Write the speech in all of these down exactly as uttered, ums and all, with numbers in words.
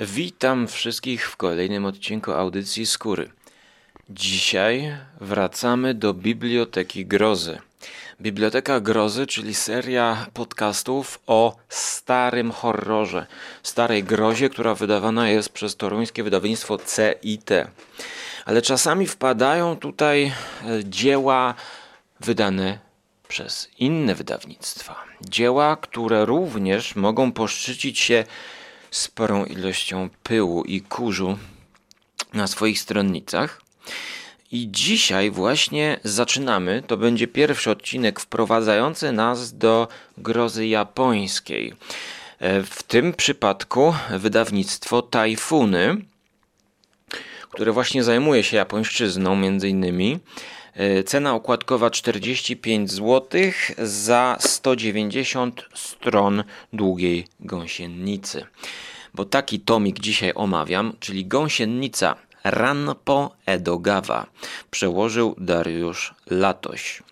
Witam wszystkich w kolejnym odcinku audycji Skóry. Dzisiaj wracamy do Biblioteki Grozy. Biblioteka Grozy, czyli seria podcastów o starym horrorze, starej grozie, która wydawana jest przez toruńskie wydawnictwo C I T. Ale czasami wpadają tutaj dzieła wydane przez inne wydawnictwa. Dzieła, które również mogą poszczycić się sporą ilością pyłu i kurzu na swoich stronnicach. I dzisiaj właśnie zaczynamy. To będzie pierwszy odcinek wprowadzający nas do grozy japońskiej. W tym przypadku wydawnictwo Tajfuny, które właśnie zajmuje się japońszczyzną między innymi. Cena okładkowa czterdzieści pięć złotych za sto dziewięćdziesiąt stron długiej gąsienicy. Bo taki tomik dzisiaj omawiam, czyli Gąsienica Ranpo Edogawa. Przełożył Dariusz Latoś.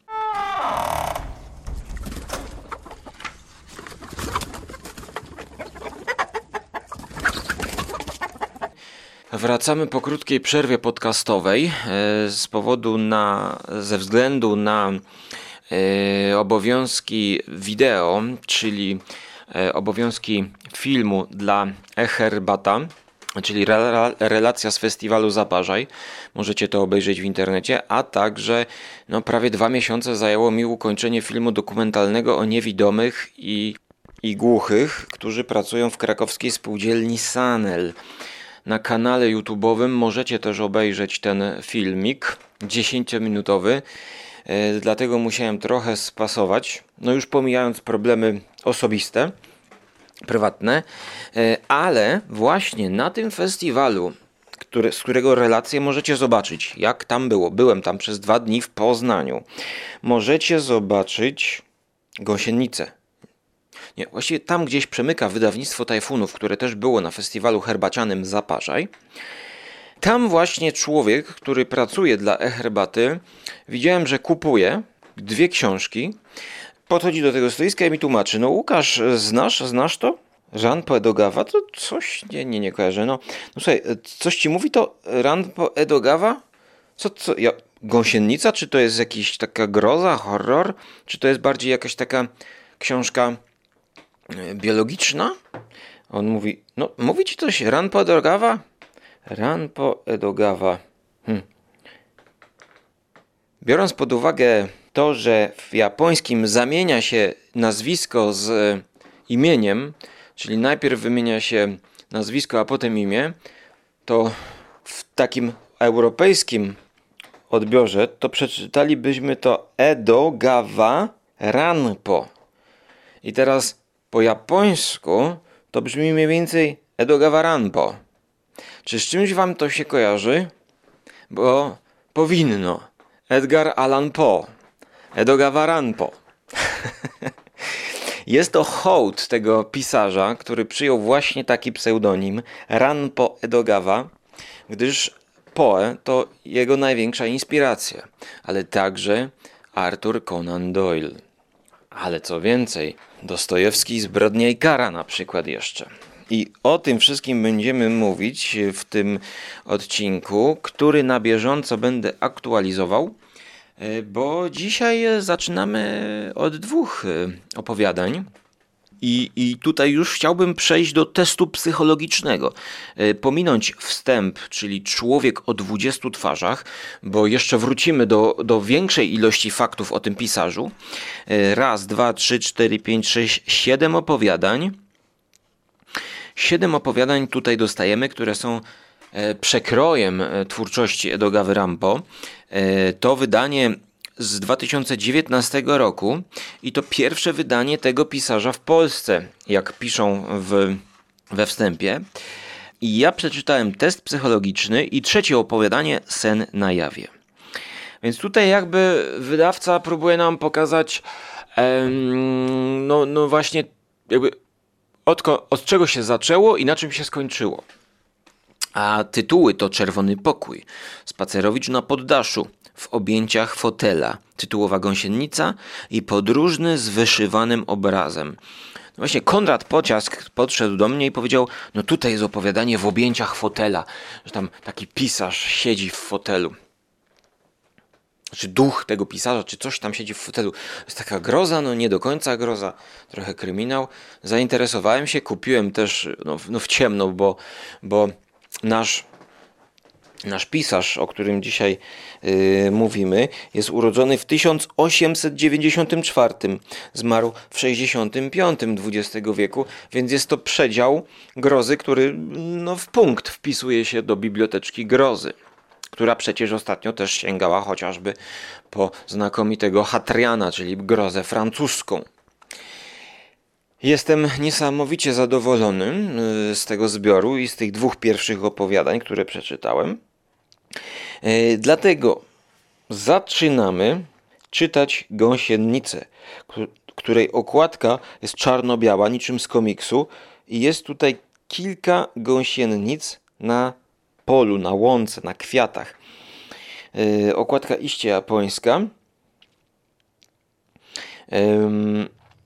Wracamy po krótkiej przerwie podcastowej z powodu na, ze względu na e, obowiązki wideo, czyli e, obowiązki filmu dla eHerbata, czyli re, relacja z festiwalu Zaparzaj. Możecie to obejrzeć w internecie, a także no, prawie dwa miesiące zajęło mi ukończenie filmu dokumentalnego o niewidomych i, i głuchych, którzy pracują w krakowskiej spółdzielni Sanel. Na kanale YouTube'owym możecie też obejrzeć ten filmik dziesięciominutowy, e, dlatego musiałem trochę spasować, no już pomijając problemy osobiste, prywatne, e, ale właśnie na tym festiwalu, który, z którego relacje możecie zobaczyć, jak tam było. Byłem tam przez dwa dni w Poznaniu. Możecie zobaczyć Gąsienicę. Nie, właściwie tam gdzieś przemyka wydawnictwo Tajfunów, które też było na festiwalu herbacianym Zaparzaj. Tam właśnie człowiek, który pracuje dla eHerbaty, widziałem, że kupuje dwie książki, podchodzi do tego stoiska i mi tłumaczy: no Łukasz, znasz, znasz to? Ranpo Edogawa? To coś, nie, nie, nie kojarzę. No, no słuchaj, coś ci mówi to Ranpo Edogawa? Co, co, ja, Gąsienica? Czy to jest jakaś taka groza, horror? Czy to jest bardziej jakaś taka książka biologiczna? On mówi, no mówi ci coś Ranpo Edogawa? Ranpo Edogawa. Hm. Biorąc pod uwagę to, że w japońskim zamienia się nazwisko z imieniem, czyli najpierw wymienia się nazwisko, a potem imię, to w takim europejskim odbiorze to przeczytalibyśmy to Edogawa Ranpo. I teraz po japońsku to brzmi mniej więcej Edogawa Ranpo. Czy z czymś wam to się kojarzy? Bo powinno. Edgar Allan Poe. Edogawa Ranpo. Jest to hołd tego pisarza, który przyjął właśnie taki pseudonim Ranpo Edogawa, gdyż Poe to jego największa inspiracja, ale także Arthur Conan Doyle. Ale co więcej, Dostojewski, Zbrodnia i kara na przykład jeszcze. I o tym wszystkim będziemy mówić w tym odcinku, który na bieżąco będę aktualizował, bo dzisiaj zaczynamy od dwóch opowiadań. I, I tutaj już chciałbym przejść do testu psychologicznego. Pominąć wstęp, czyli człowiek o dwudziestu twarzach, bo jeszcze wrócimy do, do większej ilości faktów o tym pisarzu. Raz, dwa, trzy, cztery, pięć, sześć, siedem opowiadań. Siedem opowiadań tutaj dostajemy, które są przekrojem twórczości Edogawy Ranpo. To wydanie z dwa tysiące dziewiętnastego roku i to pierwsze wydanie tego pisarza w Polsce, jak piszą w, we wstępie. I ja przeczytałem test psychologiczny i trzecie opowiadanie Sen na jawie. Więc tutaj jakby wydawca próbuje nam pokazać em, no, no właśnie jakby od, od czego się zaczęło i na czym się skończyło. A tytuły to Czerwony pokój, Spacerowicz na poddaszu, W objęciach fotela, tytułowa Gąsienica i Podróżny z wyszywanym obrazem. Właśnie Konrad Pociask podszedł do mnie i powiedział, no tutaj jest opowiadanie w objęciach fotela, że tam taki pisarz siedzi w fotelu. Czy duch tego pisarza, czy coś tam siedzi w fotelu. To jest taka groza, no nie do końca groza, trochę kryminał. Zainteresowałem się, kupiłem też no, no w ciemno, bo, bo nasz, nasz pisarz, o którym dzisiaj yy, mówimy, jest urodzony w tysiąc osiemset dziewięćdziesiątym czwartym. Zmarł w sześćdziesiątym piątym dwudziestego wieku, więc jest to przedział grozy, który no, w punkt wpisuje się do biblioteczki grozy, która przecież ostatnio też sięgała chociażby po znakomitego Hatriana, czyli grozę francuską. Jestem niesamowicie zadowolony z tego zbioru i z tych dwóch pierwszych opowiadań, które przeczytałem. Dlatego zaczynamy czytać Gąsienicę, której okładka jest czarno-biała, niczym z komiksu i jest tutaj kilka gąsienic na polu, na łące, na kwiatach. Yy, okładka iście japońska. Yy,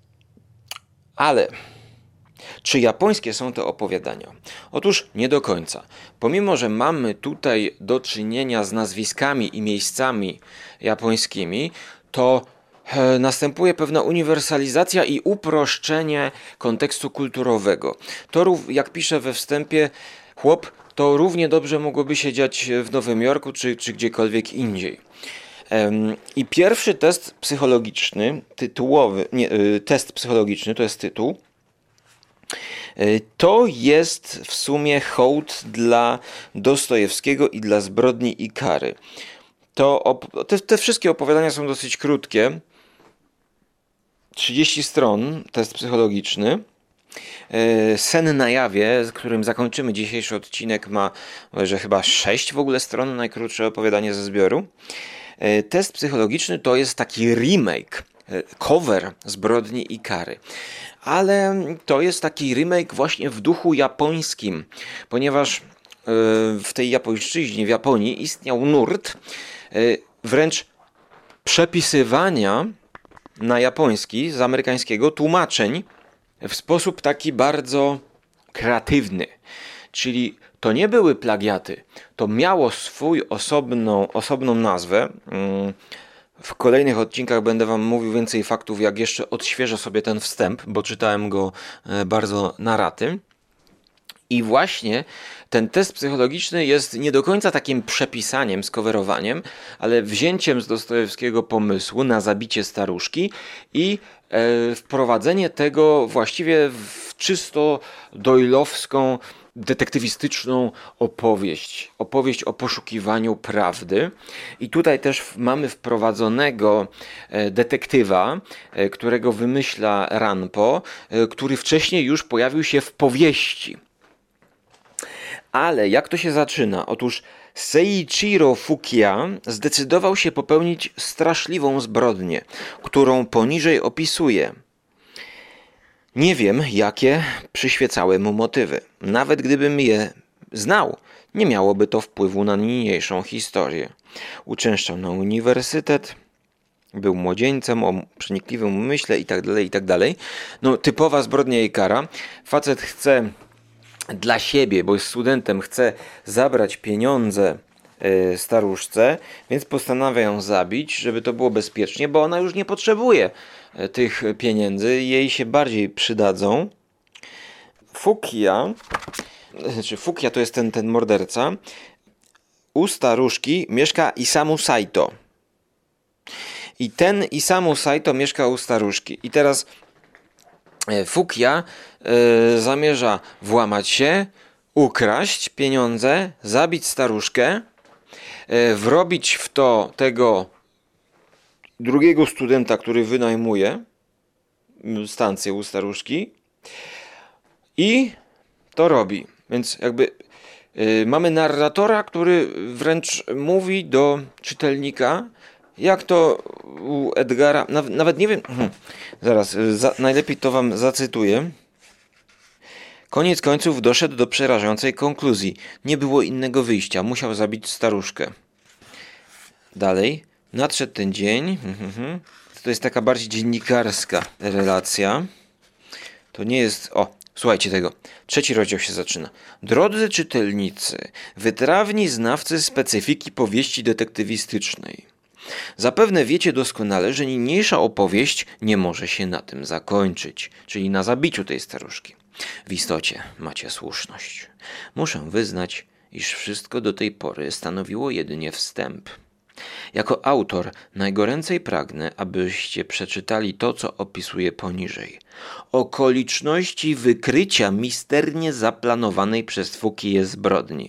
ale czy japońskie są te opowiadania? Otóż nie do końca. Pomimo, że mamy tutaj do czynienia z nazwiskami i miejscami japońskimi, to e, następuje pewna uniwersalizacja i uproszczenie kontekstu kulturowego. To, jak piszę we wstępie, chłop, to równie dobrze mogłoby się dziać w Nowym Jorku czy, czy gdziekolwiek indziej. Um, I pierwszy test psychologiczny, tytułowy, nie, y, test psychologiczny, to jest tytuł, y, to jest w sumie hołd dla Dostojewskiego i dla Zbrodni i Kary. To op- te, te wszystkie opowiadania są dosyć krótkie, trzydzieści stron, test psychologiczny. Sen na jawie, z którym zakończymy dzisiejszy odcinek, ma że chyba sześć w ogóle stron, najkrótsze opowiadanie ze zbioru. Test psychologiczny to jest taki remake, cover Zbrodni i Kary. Ale to jest taki remake właśnie w duchu japońskim, ponieważ w tej japońszczyźnie, w Japonii istniał nurt wręcz przepisywania na japoński z amerykańskiego tłumaczeń w sposób taki bardzo kreatywny. Czyli to nie były plagiaty, to miało swój osobną, osobną nazwę. W kolejnych odcinkach będę wam mówił więcej faktów, jak jeszcze odświeżę sobie ten wstęp, bo czytałem go bardzo na raty. I właśnie ten test psychologiczny jest nie do końca takim przepisaniem, skowerowaniem, ale wzięciem z Dostojewskiego pomysłu na zabicie staruszki i e, wprowadzenie tego właściwie w czysto doylowską, detektywistyczną opowieść. Opowieść o poszukiwaniu prawdy. I tutaj też mamy wprowadzonego detektywa, którego wymyśla Ranpo, który wcześniej już pojawił się w powieści. Ale jak to się zaczyna? Otóż Seiichiro Fukia zdecydował się popełnić straszliwą zbrodnię, którą poniżej opisuję. Nie wiem, jakie przyświecały mu motywy. Nawet gdybym je znał, nie miałoby to wpływu na niniejszą historię. Uczęszczał na uniwersytet, był młodzieńcem o przenikliwym umyśle itd., itd. No, typowa zbrodnia i kara. Facet chce dla siebie, bo jest studentem, chce zabrać pieniądze yy, staruszce, więc postanawia ją zabić, żeby to było bezpiecznie, bo ona już nie potrzebuje yy, tych pieniędzy, jej się bardziej przydadzą. Fukia, znaczy Fukia to jest ten, ten morderca, u staruszki mieszka Isamu Saito. I ten Isamu Saito mieszka u staruszki. I teraz Fukia y, zamierza włamać się, ukraść pieniądze, zabić staruszkę, y, wrobić w to tego drugiego studenta, który wynajmuje stację u staruszki i to robi. Więc jakby y, mamy narratora, który wręcz mówi do czytelnika, jak to u Edgara, nawet, nawet nie wiem, hmm, zaraz, za, najlepiej to wam zacytuję. Koniec końców doszedł do przerażającej konkluzji. Nie było innego wyjścia, musiał zabić staruszkę. Dalej, nadszedł ten dzień, hmm, hmm, to jest taka bardziej dziennikarska relacja. To nie jest... O, słuchajcie tego. Trzeci rozdział się zaczyna. Drodzy czytelnicy, wytrawni znawcy specyfiki powieści detektywistycznej. Zapewne wiecie doskonale, że niniejsza opowieść nie może się na tym zakończyć, czyli na zabiciu tej staruszki. W istocie macie słuszność. Muszę wyznać, iż wszystko do tej pory stanowiło jedynie wstęp. Jako autor najgoręcej pragnę, abyście przeczytali to, co opisuję poniżej. Okoliczności wykrycia misternie zaplanowanej przez Fukie zbrodni.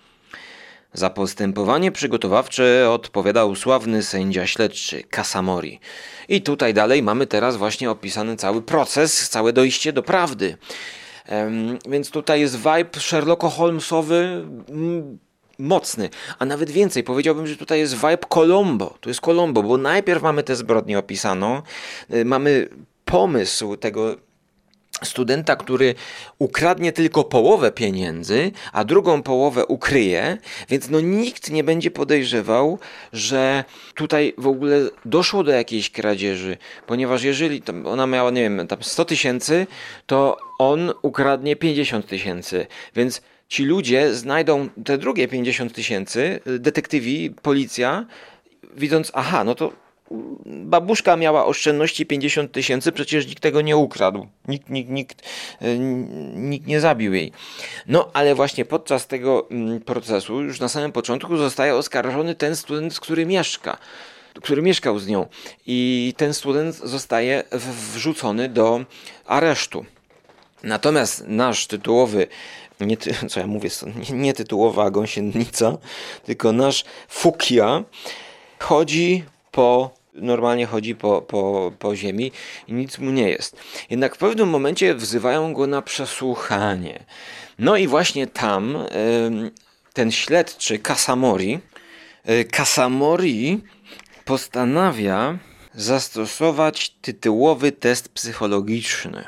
Za postępowanie przygotowawcze odpowiadał sławny sędzia śledczy Casamori. I tutaj dalej mamy teraz właśnie opisany cały proces, całe dojście do prawdy. Um, więc tutaj jest vibe Sherlocko-Holmesowy mm, mocny, a nawet więcej, powiedziałbym, że tutaj jest vibe Columbo. To jest Columbo, bo najpierw mamy tę zbrodnię opisaną, y, mamy pomysł tego studenta, który ukradnie tylko połowę pieniędzy, a drugą połowę ukryje, więc no nikt nie będzie podejrzewał, że tutaj w ogóle doszło do jakiejś kradzieży, ponieważ jeżeli tam ona miała, nie wiem, tam sto tysięcy, to on ukradnie pięćdziesiąt tysięcy, więc ci ludzie znajdą te drugie pięćdziesiąt tysięcy, detektywi, policja, widząc, aha, no to babuszka miała oszczędności pięćdziesiąt tysięcy, przecież nikt tego nie ukradł. Nikt, nikt, nikt, nikt nie zabił jej. No, ale właśnie podczas tego procesu, już na samym początku, zostaje oskarżony ten student, który mieszka, który mieszkał z nią. I ten student zostaje wrzucony do aresztu. Natomiast nasz tytułowy, nie, co ja mówię, nie, nie tytułowa gąsienica, tylko nasz Fukia chodzi po, normalnie chodzi po, po, po ziemi i nic mu nie jest. Jednak w pewnym momencie wzywają go na przesłuchanie. No i właśnie tam y, ten śledczy Casamori, y, Casamori postanawia zastosować tytułowy test psychologiczny.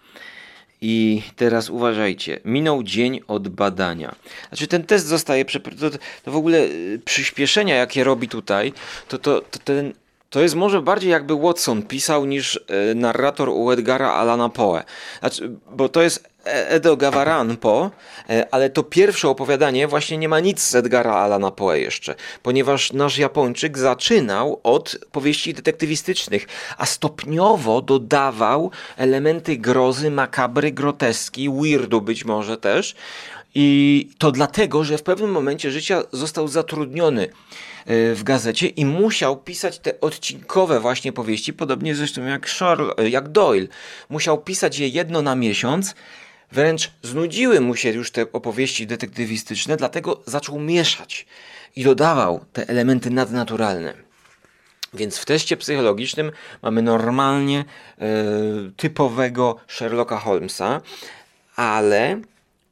I teraz uważajcie, minął dzień od badania. Znaczy ten test zostaje, to, to w ogóle przyspieszenia jakie robi tutaj, to, to, to, ten, to jest może bardziej jakby Watson pisał niż e, narrator u Edgara Allana Poe. Znaczy, bo to jest Edo Gavaran Poe, e, ale to pierwsze opowiadanie właśnie nie ma nic z Edgara Allana Poe jeszcze, ponieważ nasz Japończyk zaczynał od powieści detektywistycznych, a stopniowo dodawał elementy grozy, makabry, groteski, weirdu być może też. I to dlatego, że w pewnym momencie życia został zatrudniony w gazecie i musiał pisać te odcinkowe właśnie powieści, podobnie zresztą jak, Sherlock, jak Doyle. Musiał pisać je jedno na miesiąc, wręcz znudziły mu się już te opowieści detektywistyczne, dlatego zaczął mieszać i dodawał te elementy nadnaturalne. Więc w teście psychologicznym mamy normalnie e, typowego Sherlocka Holmesa, ale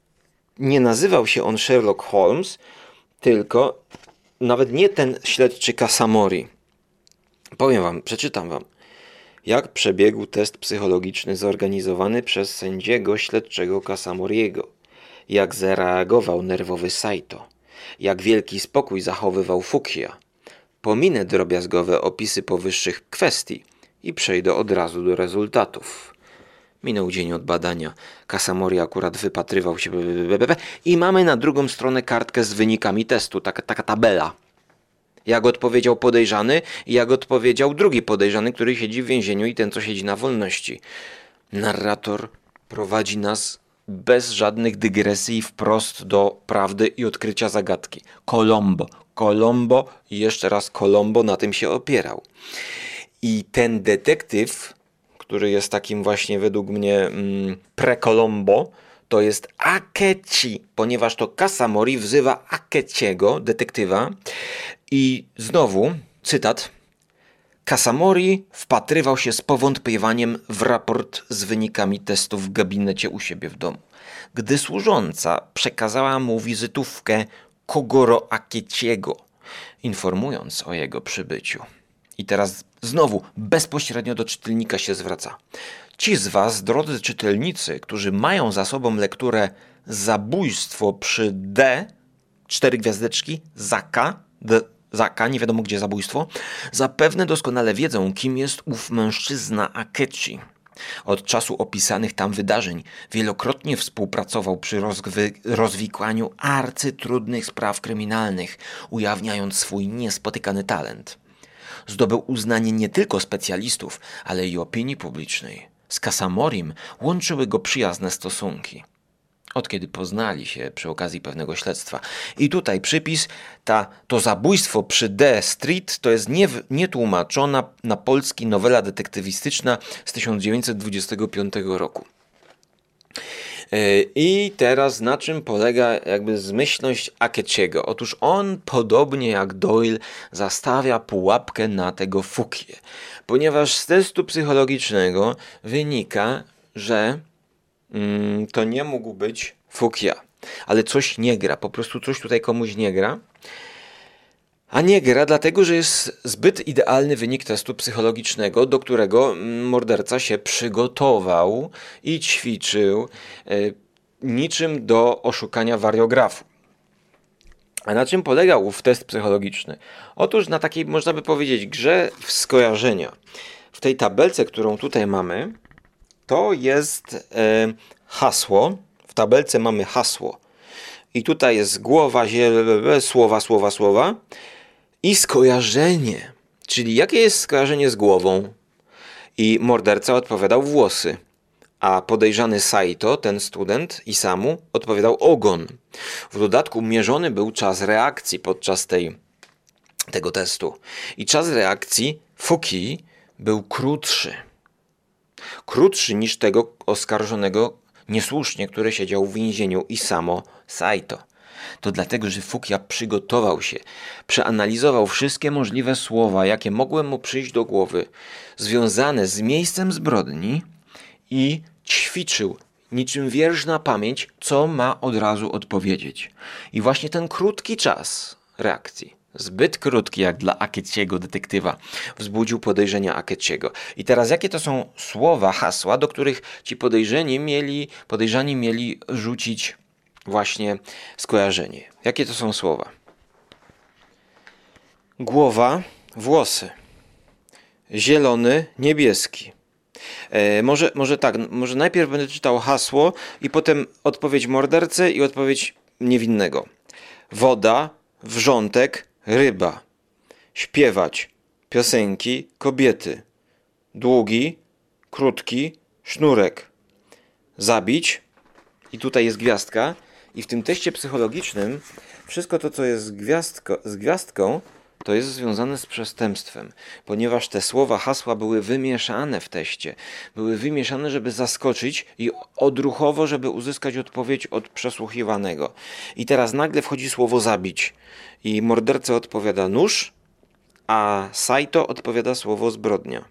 nie nazywał się on Sherlock Holmes, tylko nawet nie ten śledczy Casamori. Powiem wam, przeczytam wam. Jak przebiegł test psychologiczny zorganizowany przez sędziego śledczego Casamoriego? Jak zareagował nerwowy Saito? Jak wielki spokój zachowywał Fukia? Pominę drobiazgowe opisy powyższych kwestii i przejdę od razu do rezultatów. Minął dzień od badania. Casamori akurat wypatrywał się i mamy na drugą stronę kartkę z wynikami testu, taka, taka tabela. Jak odpowiedział podejrzany i jak odpowiedział drugi podejrzany, który siedzi w więzieniu i ten, co siedzi na wolności. Narrator prowadzi nas bez żadnych dygresji wprost do prawdy i odkrycia zagadki. Columbo. Columbo i jeszcze raz Columbo na tym się opierał. I ten detektyw, który jest takim właśnie według mnie mm, pre-Columbo, to jest Akechi, ponieważ to Casamori wzywa Akeciego, detektywa. I znowu, cytat, Casamori wpatrywał się z powątpiewaniem w raport z wynikami testu w gabinecie u siebie w domu. Gdy służąca przekazała mu wizytówkę Kogoro Akeciego, informując o jego przybyciu. I teraz znowu bezpośrednio do czytelnika się zwraca. Ci z was, drodzy czytelnicy, którzy mają za sobą lekturę Zabójstwo przy D, cztery gwiazdeczki, Zaka, D, Zaka, nie wiadomo gdzie zabójstwo, zapewne doskonale wiedzą, kim jest ów mężczyzna Akechi. Od czasu opisanych tam wydarzeń wielokrotnie współpracował przy rozgwy- rozwikłaniu arcytrudnych spraw kryminalnych, ujawniając swój niespotykany talent. Zdobył uznanie nie tylko specjalistów, ale i opinii publicznej. Z Casamorim łączyły go przyjazne stosunki. Od kiedy poznali się przy okazji pewnego śledztwa. I tutaj przypis, ta, to zabójstwo przy D Street to jest nie, nietłumaczona na polski nowela detektywistyczna z tysiąc dziewięćset dwudziestego piątego roku. I teraz na czym polega jakby zmyślność Akechiego? Otóż on, podobnie jak Doyle, zastawia pułapkę na tego Fukię, ponieważ z testu psychologicznego wynika, że mm, to nie mógł być Fukia, ale coś nie gra, po prostu coś tutaj komuś nie gra. A nie gra dlatego, że jest zbyt idealny wynik testu psychologicznego, do którego morderca się przygotował i ćwiczył y, niczym do oszukania wariografu. A na czym polegał ów test psychologiczny? Otóż na takiej, można by powiedzieć, grze w skojarzenia. W tej tabelce, którą tutaj mamy, to jest y, hasło. W tabelce mamy hasło. I tutaj jest głowa, ziele, słowa, słowa, słowa. I skojarzenie, czyli jakie jest skojarzenie z głową? I morderca odpowiadał włosy, a podejrzany Saito, ten student Isamu, odpowiadał ogon. W dodatku mierzony był czas reakcji podczas tej, tego testu. I czas reakcji Fuki był krótszy. Krótszy niż tego oskarżonego niesłusznie, który siedział w więzieniu Isamo Saito. To dlatego, że Fukia przygotował się, przeanalizował wszystkie możliwe słowa, jakie mogły mu przyjść do głowy, związane z miejscem zbrodni i ćwiczył niczym wiersz na pamięć, co ma od razu odpowiedzieć. I właśnie ten krótki czas reakcji, zbyt krótki jak dla Akechiego detektywa, wzbudził podejrzenia Akechiego. I teraz jakie to są słowa, hasła, do których ci podejrzani mieli, podejrzani mieli rzucić właśnie skojarzenie. Jakie to są słowa? Głowa, włosy. Zielony, niebieski. E, może, może tak, może najpierw będę czytał hasło i potem odpowiedź mordercy i odpowiedź niewinnego. Woda, wrzątek, ryba. Śpiewać, piosenki, kobiety. Długi, krótki, sznurek. Zabić. I tutaj jest gwiazdka. I w tym teście psychologicznym wszystko to, co jest z, gwiazdko, z gwiazdką, to jest związane z przestępstwem, ponieważ te słowa, hasła były wymieszane w teście. Były wymieszane, żeby zaskoczyć i odruchowo, żeby uzyskać odpowiedź od przesłuchiwanego. I teraz nagle wchodzi słowo zabić i morderca odpowiada nóż, a Saito odpowiada słowo zbrodnia.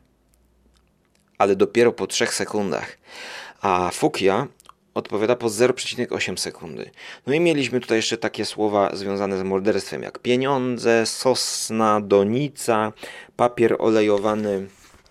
Ale dopiero po trzech sekundach. A Fukia odpowiada po zero przecinek osiem sekundy. No i mieliśmy tutaj jeszcze takie słowa związane z morderstwem, jak pieniądze, sosna, donica, papier olejowany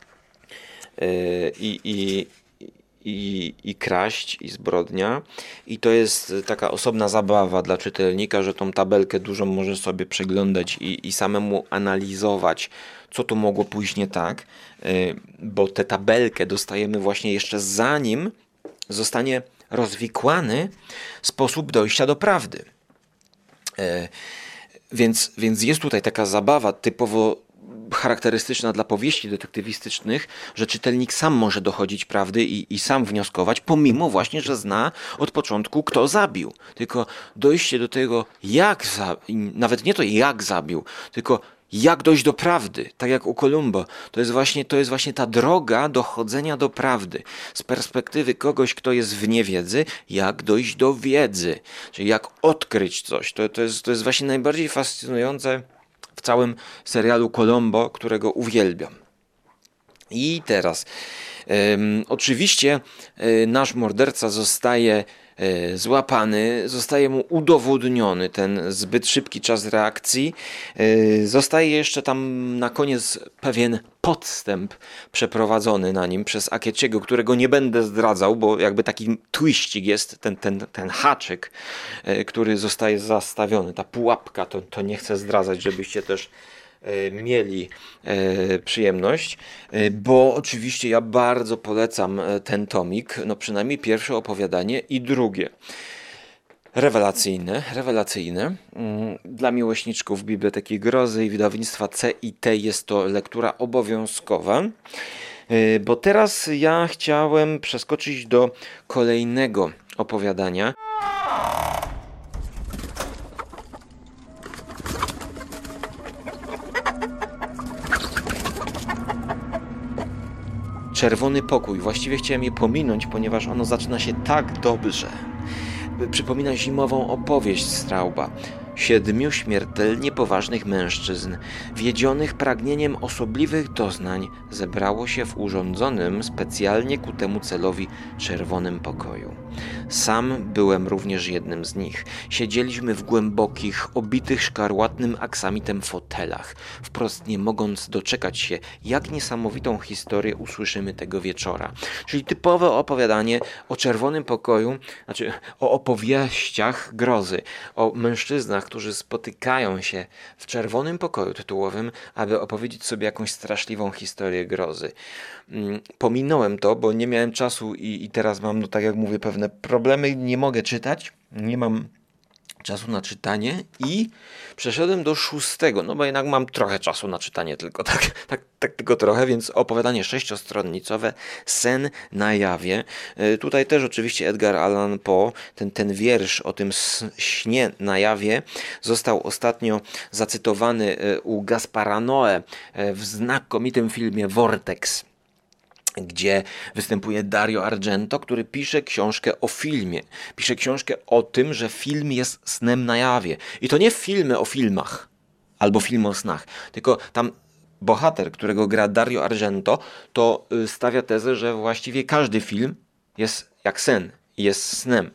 yy, i, i, i, i kraść, i zbrodnia. I to jest taka osobna zabawa dla czytelnika, że tą tabelkę dużo może sobie przeglądać i, i samemu analizować, co tu mogło pójść nie tak, yy, bo tę tabelkę dostajemy właśnie jeszcze zanim zostanie rozwikłany sposób dojścia do prawdy. E, więc, więc jest tutaj taka zabawa typowo charakterystyczna dla powieści detektywistycznych, że czytelnik sam może dochodzić prawdy i, i sam wnioskować, pomimo właśnie, że zna od początku, kto zabił. Tylko dojście do tego, jak zabił, nawet nie to jak zabił, tylko jak dojść do prawdy, tak jak u Columbo. To jest właśnie, to jest właśnie ta droga dochodzenia do prawdy. Z perspektywy kogoś, kto jest w niewiedzy, jak dojść do wiedzy. Czyli jak odkryć coś. To, to, jest, to jest właśnie najbardziej fascynujące w całym serialu Columbo, którego uwielbiam. I teraz, ym, oczywiście y, nasz morderca zostaje y, złapany, zostaje mu udowodniony ten zbyt szybki czas reakcji. Y, zostaje jeszcze tam na koniec pewien podstęp przeprowadzony na nim przez Akechiego, którego nie będę zdradzał, bo jakby taki twiścik jest, ten, ten, ten haczyk, y, który zostaje zastawiony, ta pułapka, to, to nie chcę zdradzać, żebyście też mieli przyjemność, bo oczywiście ja bardzo polecam ten tomik, no przynajmniej pierwsze opowiadanie i drugie. Rewelacyjne, rewelacyjne. Dla miłośniczków Biblioteki Grozy i wydawnictwa C i T jest to lektura obowiązkowa. Bo teraz ja chciałem przeskoczyć do kolejnego opowiadania. Czerwony pokój. Właściwie chciałem je pominąć, ponieważ ono zaczyna się tak dobrze. Przypomina zimową opowieść Strauba. Siedmiu śmiertelnie poważnych mężczyzn, wiedzionych pragnieniem osobliwych doznań, zebrało się w urządzonym specjalnie ku temu celowi czerwonym pokoju. Sam byłem również jednym z nich. Siedzieliśmy w głębokich, obitych szkarłatnym aksamitem fotelach, wprost nie mogąc doczekać się, jak niesamowitą historię usłyszymy tego wieczora. Czyli typowe opowiadanie o czerwonym pokoju, znaczy o opowieściach grozy, o mężczyznach, którzy spotykają się w czerwonym pokoju tytułowym, aby opowiedzieć sobie jakąś straszliwą historię grozy. Pominąłem to, bo nie miałem czasu i, i teraz mam, no tak jak mówię, pewne problemy. Nie mogę czytać, nie mam czasu na czytanie i przeszedłem do szóstego, no bo jednak mam trochę czasu na czytanie, tylko tak, tak, tak tylko trochę, więc opowiadanie sześciostronnicowe, Sen na jawie. Tutaj też oczywiście Edgar Allan Poe, ten, ten wiersz o tym śnie na jawie został ostatnio zacytowany u Gaspara Noé w znakomitym filmie Vortex, gdzie występuje Dario Argento, który pisze książkę o filmie. Pisze książkę o tym, że film jest snem na jawie. I to nie filmy o filmach, albo filmy o snach, tylko tam bohater, którego gra Dario Argento, to stawia tezę, że właściwie każdy film jest jak sen, jest snem.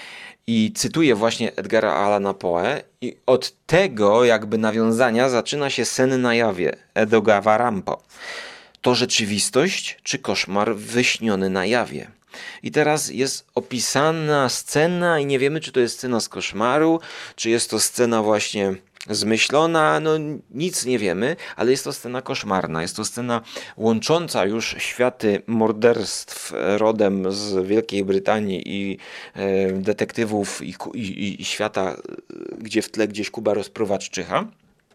I cytuję właśnie Edgara Allana Poe i od tego jakby nawiązania zaczyna się Sen na jawie Edgara Allan Poe. To rzeczywistość czy koszmar wyśniony na jawie? I teraz jest opisana scena i nie wiemy, czy to jest scena z koszmaru, czy jest to scena właśnie zmyślona, no nic nie wiemy, ale jest to scena koszmarna. Jest to scena łącząca już światy morderstw rodem z Wielkiej Brytanii i e, detektywów i, i, i świata, gdzie w tle gdzieś Kuba Rozpruwacz czyha.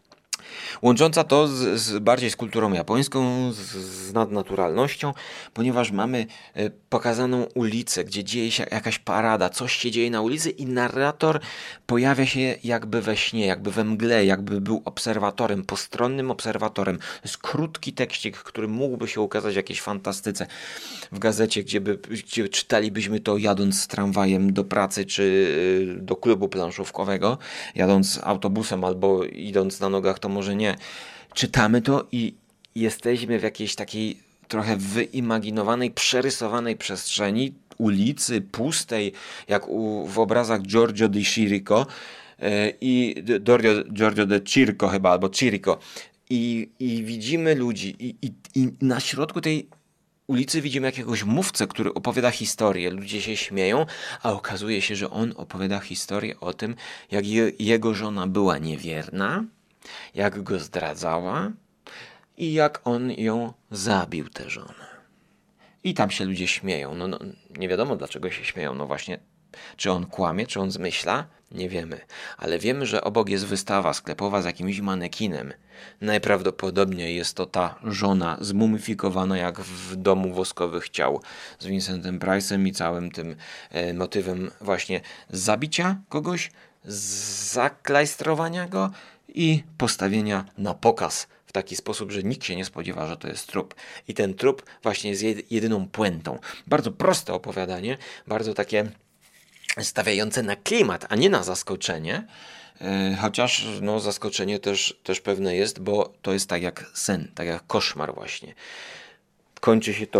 Łącząca to z, z bardziej z kulturą japońską, z, z nadnaturalnością, ponieważ mamy e, pokazaną ulicę, gdzie dzieje się jakaś parada, coś się dzieje na ulicy i narrator pojawia się jakby we śnie, jakby we mgle, jakby był obserwatorem, postronnym obserwatorem. To jest krótki tekścik, który mógłby się ukazać w jakiejś fantastyce w gazecie, gdzie, by, gdzie czytalibyśmy to jadąc tramwajem do pracy czy do klubu planszówkowego, jadąc autobusem albo idąc na nogach, to może nie. Czytamy to i jesteśmy w jakiejś takiej trochę wyimaginowanej, przerysowanej przestrzeni, ulicy pustej, jak u, w obrazach Giorgio de Chirico yy, i Giorgio, Giorgio de Chirico chyba, albo Chirico. I, i widzimy ludzi i, i, i na środku tej ulicy widzimy jakiegoś mówcę, który opowiada historię. Ludzie się śmieją, a okazuje się, że on opowiada historię o tym, jak je, jego żona była niewierna, jak go zdradzała i jak on ją zabił, tę żonę. I tam się ludzie śmieją. No, no, nie wiadomo, dlaczego się śmieją. No właśnie, czy on kłamie, czy on zmyśla? Nie wiemy. Ale wiemy, że obok jest wystawa sklepowa z jakimś manekinem. Najprawdopodobniej jest to ta żona zmumifikowana jak w domu woskowych ciał z Vincentem Price'em i całym tym e, motywem właśnie zabicia kogoś, zaklajstrowania go i postawienia na pokaz w taki sposób, że nikt się nie spodziewa, że to jest trup. I ten trup właśnie jest jedyną puentą. Bardzo proste opowiadanie, bardzo takie stawiające na klimat, a nie na zaskoczenie. Chociaż no, zaskoczenie też, też pewne jest, bo to jest tak jak sen, tak jak koszmar właśnie. Kończy się to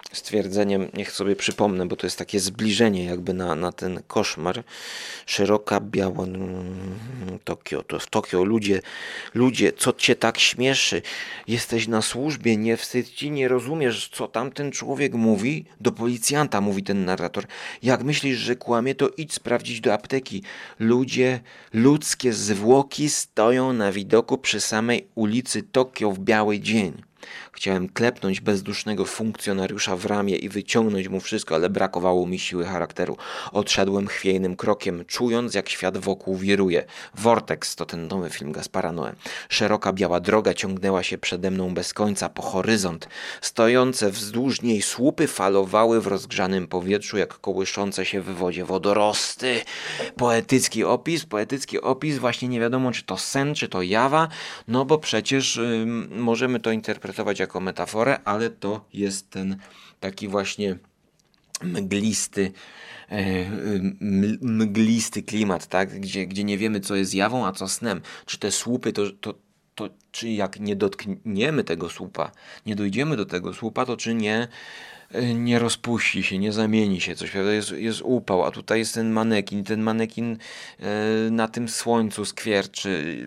stwierdzeniem, niech sobie przypomnę, bo to jest takie zbliżenie jakby na, na ten koszmar. Szeroka biała Tokio, to w Tokio ludzie, ludzie, co cię tak śmieszy? Jesteś na służbie, nie wstyd ci, nie rozumiesz, co tamten człowiek mówi? Do policjanta mówi ten narrator. Jak myślisz, że kłamie, to idź sprawdzić do apteki. Ludzie, ludzkie zwłoki stoją na widoku przy samej ulicy Tokio w biały dzień. Chciałem klepnąć bezdusznego funkcjonariusza w ramię i wyciągnąć mu wszystko, ale brakowało mi siły charakteru. Odszedłem chwiejnym krokiem, czując, jak świat wokół wiruje. Vortex to ten nowy film Gaspara Noé. Szeroka biała droga ciągnęła się przede mną bez końca po horyzont. Stojące wzdłuż niej słupy falowały w rozgrzanym powietrzu, jak kołyszące się w wodzie wodorosty. Poetycki opis, poetycki opis, właśnie nie wiadomo, czy to sen, czy to jawa, no bo przecież yy, możemy to interpretować jako metaforę, ale to jest ten taki właśnie mglisty, mglisty klimat, tak? Gdzie, gdzie nie wiemy, co jest jawą, a co snem. Czy te słupy, to, to, to czy jak nie dotkniemy tego słupa, nie dojdziemy do tego słupa, to czy nie, nie rozpuści się, nie zamieni się coś, prawda? Jest, jest upał, a tutaj jest ten manekin, ten manekin na tym słońcu skwierczy.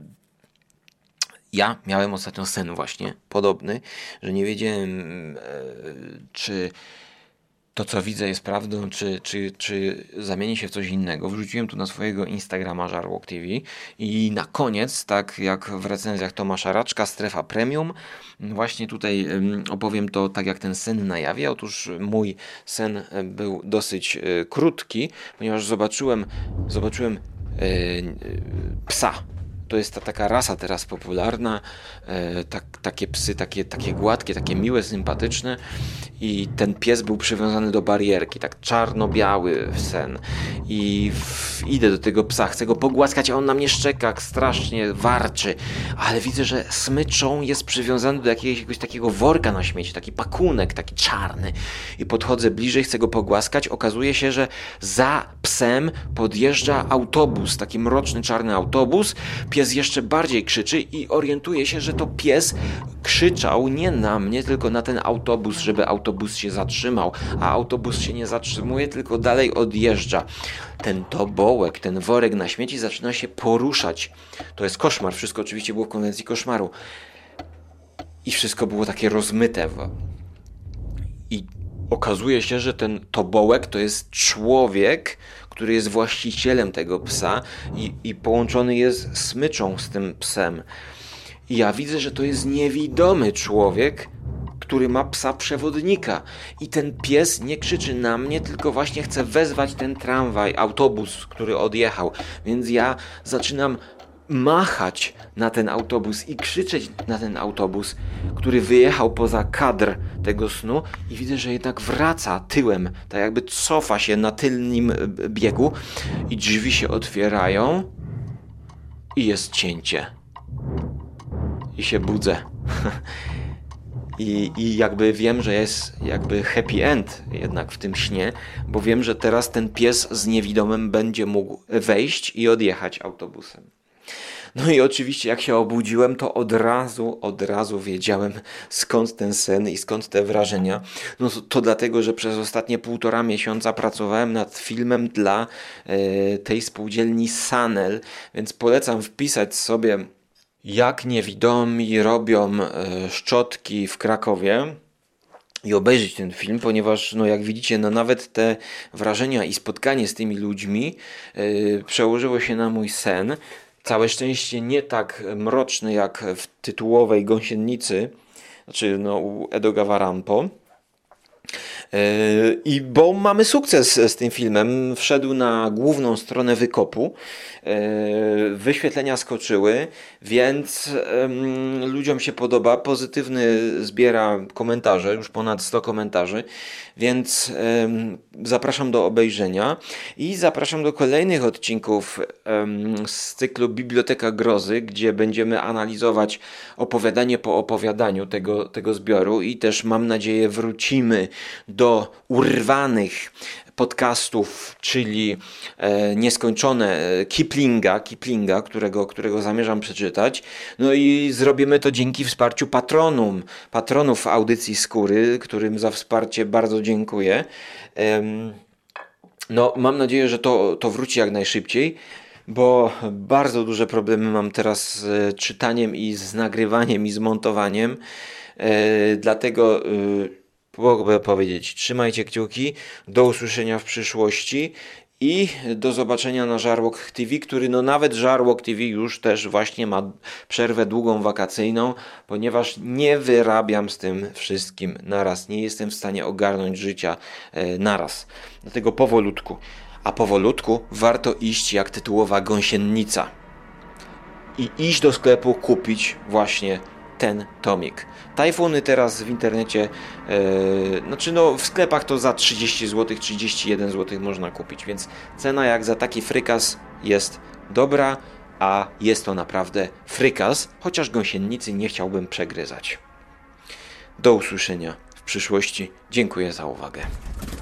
Ja miałem ostatnio sen właśnie podobny, że nie wiedziałem, e, czy to, co widzę, jest prawdą, czy, czy, czy zamieni się w coś innego. Wrzuciłem tu na swojego Instagrama Żarłok T V i na koniec, tak jak w recenzjach Tomasza Raczka, strefa premium, właśnie tutaj opowiem to tak jak ten sen na jawie. Otóż mój sen był dosyć e, krótki, ponieważ zobaczyłem, zobaczyłem e, e, psa. To jest ta taka rasa teraz popularna, e, tak, takie psy, takie, takie gładkie, takie miłe, sympatyczne i ten pies był przywiązany do barierki, tak czarno-biały sen i w, idę do tego psa, chcę go pogłaskać, a on na mnie szczeka, strasznie warczy, ale widzę, że smyczą jest przywiązany do jakiegoś takiego worka na śmieci, taki pakunek, taki czarny i podchodzę bliżej, chcę go pogłaskać, okazuje się, że za psem podjeżdża autobus, taki mroczny, czarny autobus. Pies jeszcze bardziej krzyczy i orientuje się, że to pies krzyczał nie na mnie, tylko na ten autobus, żeby autobus się zatrzymał, a autobus się nie zatrzymuje, tylko dalej odjeżdża. Ten tobołek, ten worek na śmieci zaczyna się poruszać. To jest koszmar, wszystko oczywiście było w konwencji koszmaru. I wszystko było takie rozmyte. I okazuje się, że ten tobołek to jest człowiek, który jest właścicielem tego psa i, i połączony jest smyczą z tym psem. I ja widzę, że to jest niewidomy człowiek, który ma psa przewodnika. I ten pies nie krzyczy na mnie, tylko właśnie chce wezwać ten tramwaj, autobus, który odjechał. Więc ja zaczynam machać na ten autobus i krzyczeć na ten autobus, który wyjechał poza kadr tego snu i widzę, że jednak wraca tyłem, tak jakby cofa się na tylnym biegu i drzwi się otwierają i jest cięcie. I się budzę. I, I jakby wiem, że jest jakby happy end jednak w tym śnie, bo wiem, że teraz ten pies z niewidomym będzie mógł wejść i odjechać autobusem. No i oczywiście jak się obudziłem, to od razu, od razu wiedziałem, skąd ten sen i skąd te wrażenia. No to, to dlatego, że przez ostatnie półtora miesiąca pracowałem nad filmem dla e, tej spółdzielni Sanel, więc polecam wpisać sobie, jak niewidomi robią e, szczotki w Krakowie i obejrzeć ten film, ponieważ no jak widzicie, no nawet te wrażenia i spotkanie z tymi ludźmi e, przełożyło się na mój sen. Całe szczęście nie tak mroczny jak w tytułowej Gąsienicy, znaczy no u Edo Gavarampo. I bo mamy sukces z tym filmem, wszedł na główną stronę Wykopu, wyświetlenia skoczyły, więc ludziom się podoba, pozytywny zbiera komentarze, już ponad sto komentarzy, więc zapraszam do obejrzenia i zapraszam do kolejnych odcinków z cyklu Biblioteka Grozy, gdzie będziemy analizować opowiadanie po opowiadaniu tego, tego zbioru i też mam nadzieję wrócimy do urwanych podcastów, czyli e, nieskończone Kiplinga, Kiplinga którego, którego zamierzam przeczytać. No i zrobimy to dzięki wsparciu patronum, patronów audycji Skóry, którym za wsparcie bardzo dziękuję. Ehm, no, mam nadzieję, że to, to wróci jak najszybciej, bo bardzo duże problemy mam teraz z czytaniem i z nagrywaniem i z montowaniem. E, dlatego e, mogę powiedzieć, trzymajcie kciuki, do usłyszenia w przyszłości i do zobaczenia na Żarłok T V, który no nawet Żarłok T V już też właśnie ma przerwę długą wakacyjną, ponieważ nie wyrabiam z tym wszystkim naraz, nie jestem w stanie ogarnąć życia e, naraz, dlatego powolutku. A powolutku warto iść jak tytułowa gąsienica i iść do sklepu kupić właśnie ten tomik. Tajfuny teraz w internecie, yy, znaczy no w sklepach to za trzydzieści złotych, trzydzieści jeden złotych można kupić, więc cena jak za taki frykas jest dobra, a jest to naprawdę frykas, chociaż gąsienicy nie chciałbym przegryzać. Do usłyszenia w przyszłości. Dziękuję za uwagę.